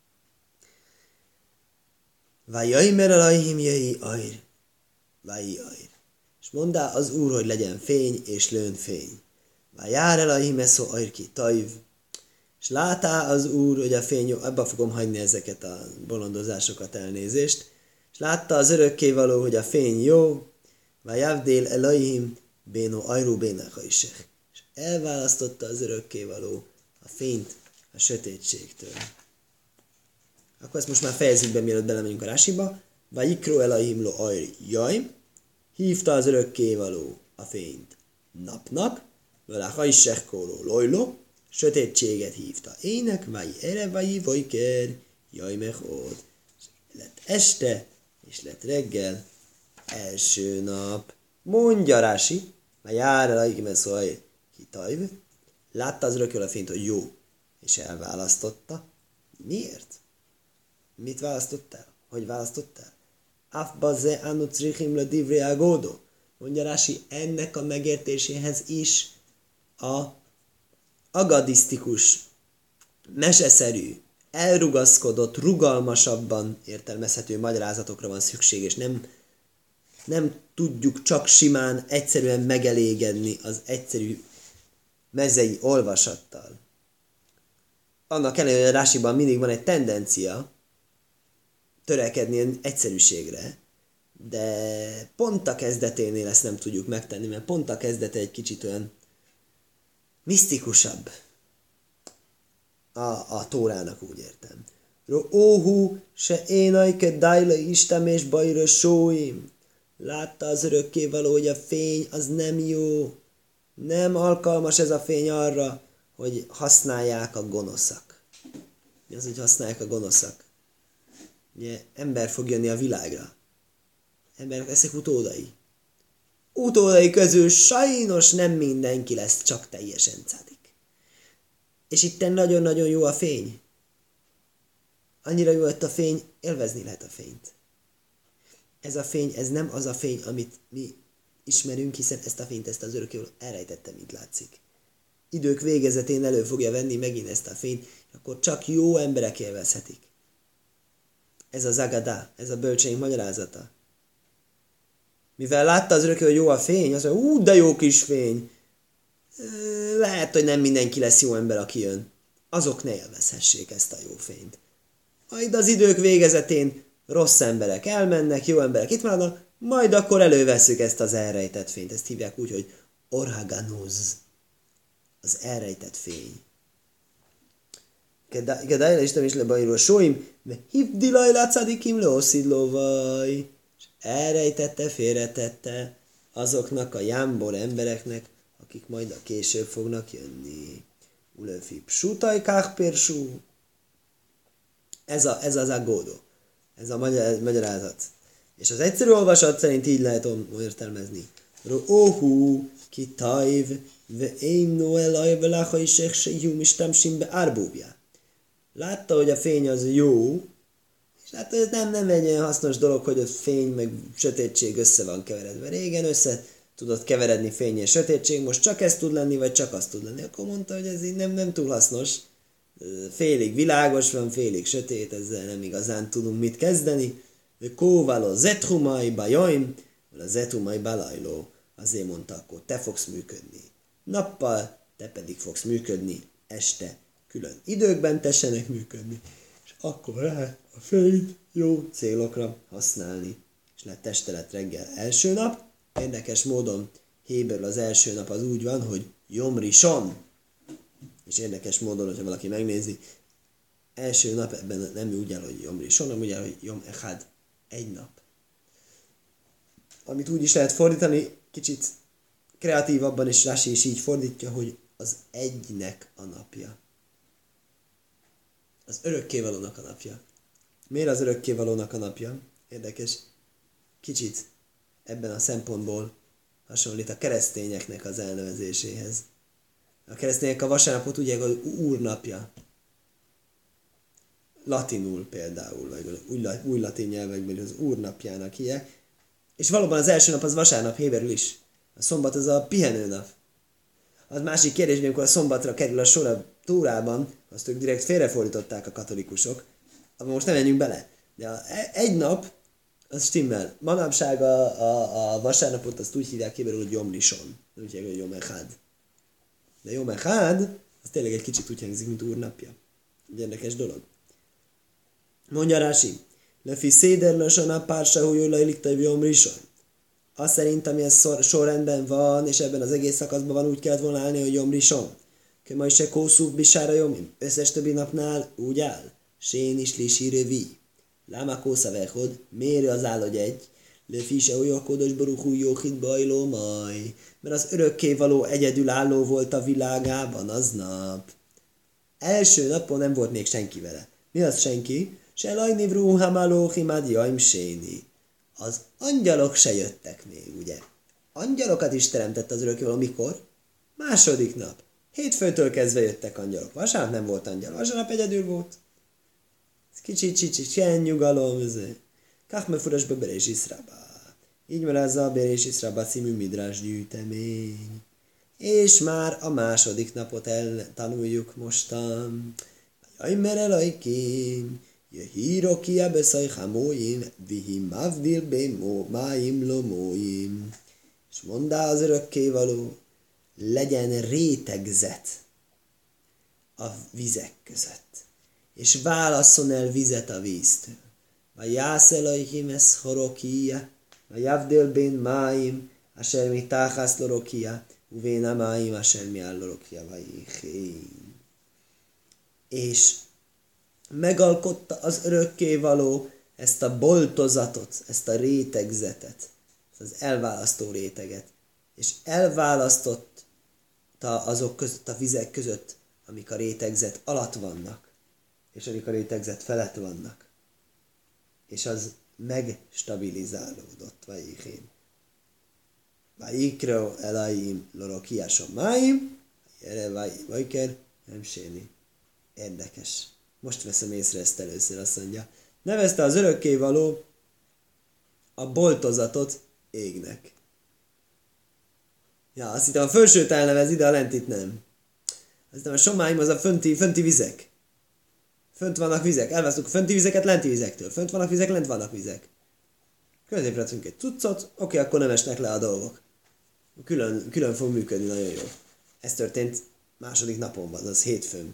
Vajjaimer alajhim jöjj ajr. Vajj ajr. És mondá az Úr, hogy legyen fény, és lőn fény. Vajjár alajhim eszó ajr ki tajv. És látá az Úr, hogy a fény jó, ebbe fogom hagyni ezeket a bolondozásokat, elnézést. És látta az örökkévaló, hogy a fény jó. Vajjávdél alajhim béno ajrú bénáha is. És elválasztotta az örökkévaló a fényt a sötétségtől. Akkor ezt most már fejezzük be, mielőtt belemegyünk a rásiba. Vajikro elahim lo ajr jaj. Hívta az örökkévaló a fényt napnak. Vele hajsehkóró lojlo. Sötétséget hívta ének. Vaj ere vaj vojker. Jaj mechód. Lett este, és lett reggel. Első nap. Mondja Rási. Vajár elahim eszó ajr kitajv. Látta az örökkévaló a fényt, hogy jó. És elválasztotta. Miért? Mit választottál? Hogy választottál? Afbaze anu crichim le divri agodo. Mondja Rási, ennek a megértéséhez is a agadisztikus, meseszerű, elrugaszkodott, rugalmasabban értelmezhető magyarázatokra van szükség, és nem tudjuk csak simán, egyszerűen megelégedni az egyszerű mezei olvasattal. Annak ellenére, hogy a Rásiban mindig van egy tendencia törekedni egyszerűségre, de pont a kezdeténél ezt nem tudjuk megtenni, mert pont a kezdete egy kicsit olyan misztikusabb a Tórának, úgy értem. Óhú se énajke dájla istem és bajra sóim. Látta az örökkévaló, hogy a fény az nem jó. Nem alkalmas ez a fény arra, hogy használják a gonoszak. Mi az, hogy használják a gonoszak? Ugye, ember fog jönni a világra. Emberek lesznek utódai. Utódai közül sajnos nem mindenki lesz csak teljesen cádik. És itt nagyon-nagyon jó a fény. Annyira jó lett a fény, élvezni lehet a fényt. Ez a fény, ez nem az a fény, amit mi ismerünk, hiszen ezt a fényt, ezt az örökkévaló elrejtette, mint látszik. Idők végezetén elő fogja venni megint ezt a fényt, akkor csak jó emberek élvezhetik. Ez az Agadá, ez a bölcseink magyarázata. Mivel látta az örökkévaló, hogy jó a fény, azt mondja, de jó kis fény. Lehet, hogy nem mindenki lesz jó ember, aki jön. Azok ne élvezhessék ezt a jó fényt. Majd az idők végezetén rossz emberek elmennek, jó emberek itt maradnak, majd akkor elővesszük ezt az elrejtett fényt. Ezt hívják úgy, hogy orhaganuz. Az elrejtett fény. Gedájla Isten is lebajról sóim, mert hívdilaj látszadikim leoszidlóvaj. És elrejtette, félretette azoknak a jámbor embereknek, akik majd a később fognak jönni. Ulöfi psutaj káhpérsú. Ez az aggódó. Ez a magyarázat. És az egyszerű olvasat szerint így lehet értelmezni. Óhú, ki tajv, ve én noelaj velacha is se istamsim be árbúvja. Látta, hogy a fény az jó, és látta, hogy ez nem egy olyan hasznos dolog, hogy a fény meg sötétség össze van keveredve. Régen össze tudott keveredni fény és sötétség, most csak ez tud lenni, vagy csak az tud lenni. Akkor mondta, hogy ez így nem túl hasznos. Félig világos van, félig sötét, ezzel nem igazán tudunk mit kezdeni. Kóvaló zethumai bajoim, vagy a zethumai balajló. Azért mondta, akkor te fogsz működni nappal, te pedig fogsz működni este. Külön időkben tessenek működni. És akkor lehet a fényt jó célokra használni. És lett este lett reggel első nap. Érdekes módon Héberül az első nap az úgy van, hogy Jom Rishon. És érdekes módon, hogyha valaki megnézi, első nap ebben nem úgy áll, hogy Jom Rishon, hanem úgy áll, hogy Jom Echad. Egy nap. Amit úgy is lehet fordítani, kicsit kreatívabban, és Rási is így fordítja, hogy az egynek a napja. Az örökkévalónak a napja. Miért az örökkévalónak a napja? Érdekes. Kicsit ebben a szempontból hasonlít a keresztényeknek az elnevezéséhez. A keresztények a vasárnapot úgy hívják, hogy úrnapja. Latinul például, vagy új latin nyelvekben az úrnapjának hívják. És valóban az első nap az vasárnap héberül is. A szombat az a pihenőnap. Az másik kérdés, hogy amikor a szombatra kerül a sor a Tórában, azt ők direkt félrefordították a katolikusok. Abban most nem menjünk bele. De egy nap, az stimmel. Manapság a vasárnapot azt úgy hívják héberül, hogy Yom Rishon. Nem úgy hívják, hogy Yom Echad. De Yom Echad, az tényleg egy kicsit úgy hangzik, mint úrnapja. Egy érdekes dolog. Mondja Rási, Lefi Széder Lasana Pársa Hújulai Liktai Yom Rishon. Azt szerint, ami ez sorrendben van, és ebben az egész szakaszban van, úgy kellett volna állni, hogy Yom Rishon. Köma is se kószúk bisára Yomim. Összes többi napnál úgy áll. Sén is lisi revi. Láma kósza vechod. Miért az áll, hogy egy? Lefi se olyan kodos baruchú jóhit bajló maj. Mert az örökkévaló egyedülálló volt a világában aznap. Első napon nem volt még senki vele. Mi az senki? Se lajnivrú hamalóhimád jaim séni. Az angyalok se jöttek még, ugye? Angyalokat is teremtett az örökkévaló mikor? Második nap. Hétfőtől kezdve jöttek angyalok. Vasárnap nem volt angyal. Vasárnap egyedül volt. Ez kicsit, ilyen nyugalom. Kachme furasba Berés Iszrába. Így marázza a Berés Iszrába című midrás gyűjtemény. És már a második napot eltanuljuk mostan. Jaj, merelajkim. Jehirokia beszaj hamóim. Vihim mavdil be máim lomóim. És mondá az örökkévaló, legyen rétegzet a vizek között, és válasszon el vizet a víztől. Vagy jászelajhim ez horokia, vagy javdél bén máim, asher mi táhász lorokia, uvéna máim, asher mi állorokia, vagy én. És megalkotta az örökkévaló ezt a boltozatot, ezt a rétegzetet, ezt az elválasztó réteget, és elválasztott azok között, a vizek között, amik a rétegzet alatt vannak, és amik a rétegzet felett vannak. És az megstabilizálódott, vajjén. Vajjikro elaim lorokiásom máim, jere vajker, nem séni. Érdekes. Most veszem észre ezt először, azt mondja. Nevezte az örökkévaló a boltozatot égnek. Ja, azt hittem a felsőt elnevezi, de a lentit nem. Azt hittem a somáim az a fönti vizek. Fönt vannak vizek. Elválasztjuk a fönti vizeket lenti vizektől. Fönt vannak vizek, lent vannak vizek. Középre teszünk egy cuccot, oké, akkor nem esnek le a dolgok. Külön fog működni, nagyon jó. Ez történt második napon van, az hétfőn.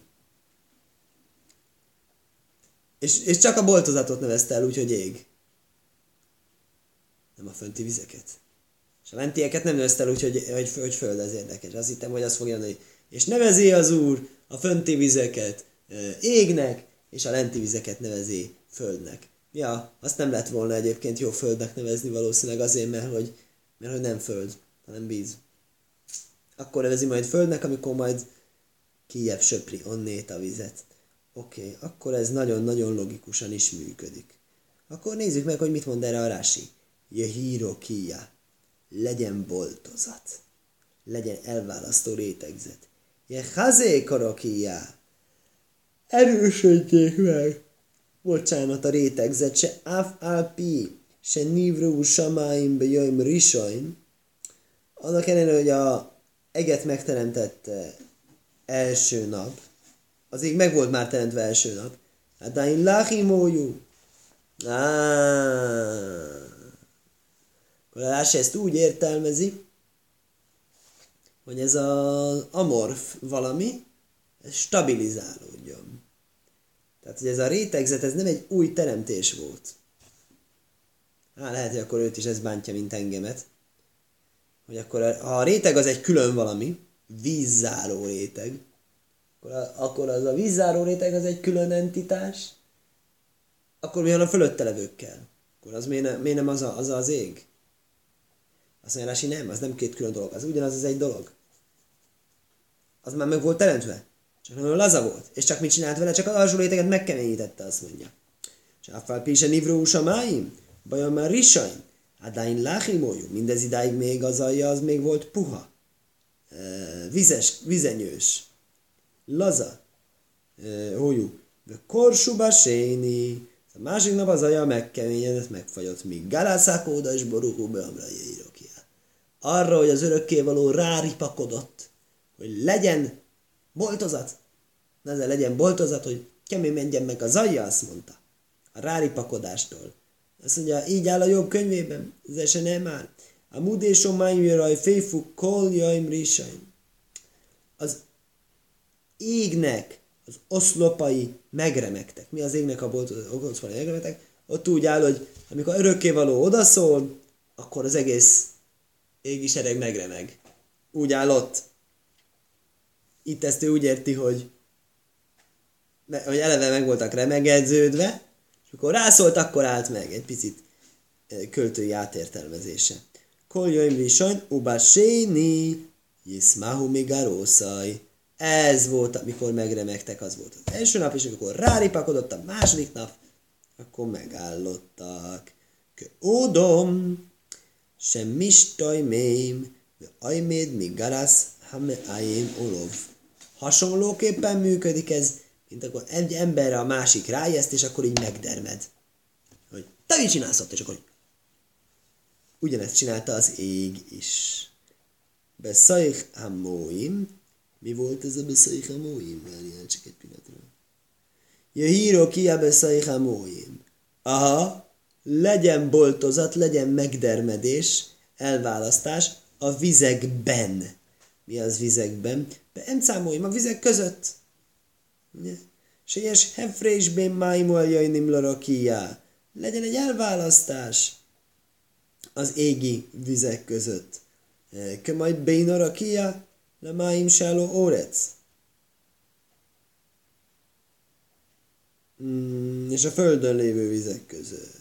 És csak a boltozatot nevezte el, úgyhogy ég. Nem a fönti vizeket. És a lentieket nem nevezte el úgy, hogy föld, ez érdekes. Azt hittem, hogy azt fogja mondani, és nevezi az Úr a fönti vizeket égnek, és a lenti vizeket nevezi földnek. Ja, azt nem lett volna egyébként jó földnek nevezni valószínűleg azért, mert hogy nem föld, hanem víz. Akkor nevezi majd földnek, amikor majd kijebb söpri onnét a vizet. Oké, akkor ez nagyon-nagyon logikusan is működik. Akkor nézzük meg, hogy mit mond erre a Rási. Jehirokia. Legyen boltozat. Legyen elválasztó rétegzet. Jehazékorokia. Erősödjék meg. Bocsánat, a rétegzet. Se af-alpi, se nivrú samáim bejöjm risaim. Annak ellenére, hogy a eget megteremtette első nap, az ég meg volt már teremtve első nap. Hát én láhimójú. Akkor a Rási ezt úgy értelmezi, hogy ez az amorf valami, ez stabilizálódjon. Tehát, hogy ez a rétegzet, ez nem egy új teremtés volt. Lehet, hogy akkor őt is ez bántja, mint engemet. Hogy akkor, ha a réteg az egy külön valami, vízzáró réteg, akkor az a vízzáró réteg az egy külön entitás, akkor mi van a fölötte levőkkel? Akkor az miért nem az ég? Azt mondja Rási, nem, az nem két külön dolog, az ugyanaz az egy dolog. Az már meg volt teremtve, csak nagyon laza volt. És csak mit csinált vele? Csak az alsó réteget megkeményítette, azt mondja. És afál pise nivró samáim, bajom már risaim, Adáin láhimójú, mindez idáig még az alja, az még volt puha, vizenyős, laza, hójú. Korsuba séni, a másik nap az alja megkeményedett, megfagyott, míg galászákóda és borúkú beamra írokja. Arra, hogy az örökkévaló ráripakodott, hogy legyen boltozat, legyen boltozat, hogy kemény menjen meg az alja, azt mondta. A ráripakodástól. Azt mondja, így áll a jobb könyvében, ez se nem áll. A mudésom májmjöraj féfú koljaim risaim. Az égnek az oszlopai megremegtek. Mi az égnek a oszlopai megremegtek? Ott úgy áll, hogy amikor örökkévaló odaszól, akkor az egész égi sereg megremeg. Úgy áll ott. Itt ezt ő úgy érti, hogy eleve meg voltak remegedződve, és akkor rászólt, akkor állt meg. Egy picit költői átértelmezése. Kol jöjjön visony, uba séni, jiszmáhu migarószaj. Ez volt, amikor megremegtek, az volt az első nap, és amikor ráripakodott a második nap, akkor megállottak. Ódom, sem mistaj mém, ajméd mi garasz, hame ájém olov. Hasonlóképpen működik ez, mint akkor egy emberre a másik rájeszt, és akkor így megdermed. Hogy te mit csinálsz ott, és akkor ugyanezt csinálta az ég is. Beszaich amóim. Mi volt ez a beszaich amóim? Várjál csak egy pillanatra. Jehíró ki a beszaich amóim. Aha, legyen boltozat, legyen megdermedés, elválasztás a vizekben. Mi az vizekben? Beemcámóim a vizek között. Sélyes hefrésben májmol jajnim larakia. Legyen egy elválasztás az égi vizek között. Kömaj bénarakia, le máim sáló órec. És a földön lévő vizek között.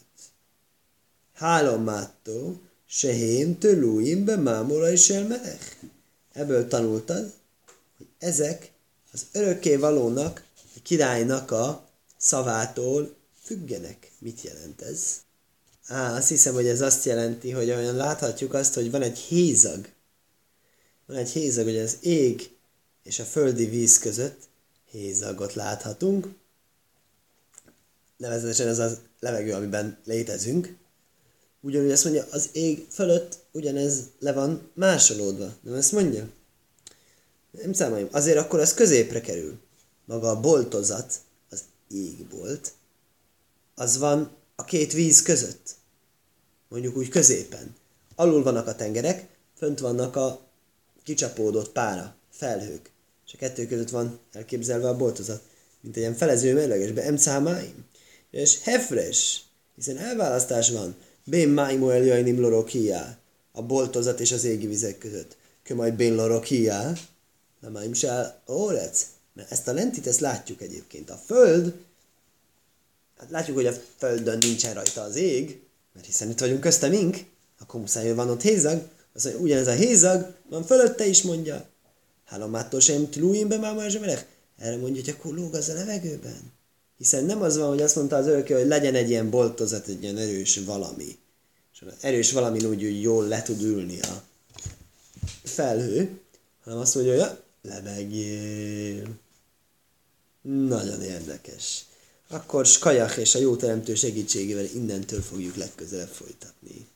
Hálomátó, sehém tőlújim be mámora is elmelech. Ebből tanultad, hogy ezek az örökké valónak, a királynak a szavától függenek. Mit jelent ez? Azt hiszem, hogy ez azt jelenti, hogy olyan láthatjuk azt, hogy van egy hézag. Van egy hézag, hogy az ég és a földi víz között hézagot láthatunk. Nevezetesen ez a levegő, amiben létezünk. Ugyanúgy azt mondja, az ég fölött ugyanez le van másolódva. Nem ezt mondja? Nem számoljam. Azért akkor ez középre kerül. Maga a boltozat, az égbolt, az van a két víz között. Mondjuk úgy középen. Alul vannak a tengerek, fönt vannak a kicsapódott pára, felhők. És a kettő között van elképzelve a boltozat. Mint egy ilyen felező mérlegesbe, emcámáim. És hefres, hiszen elválasztás van. Bén máimó eljajnim lorokia, a boltozat és az égi vizek között. Kömaj bén lorokia, na máim se órec. Mert ezt a lentit, ezt látjuk egyébként. A föld, hát látjuk, hogy a földön nincsen rajta az ég, mert hiszen itt vagyunk köztemink, akkor muszáj, hogy van ott hézag, azt mondja, ugyanez a hézag van fölötte is, mondja. Hálomától sem tlújim be máma ezsemelech. Erre mondja, hogy akkor lóg az a levegőben. Hiszen nem az van, hogy azt mondta az örökké, hogy legyen egy ilyen boltozat, egy ilyen erős valami. És az erős valami úgy jól le tud ülni a felhő, hanem azt mondja, hogy ja, lemegjél. Nagyon érdekes. Akkor Skajach és a jó teremtő segítségével innentől fogjuk legközelebb folytatni.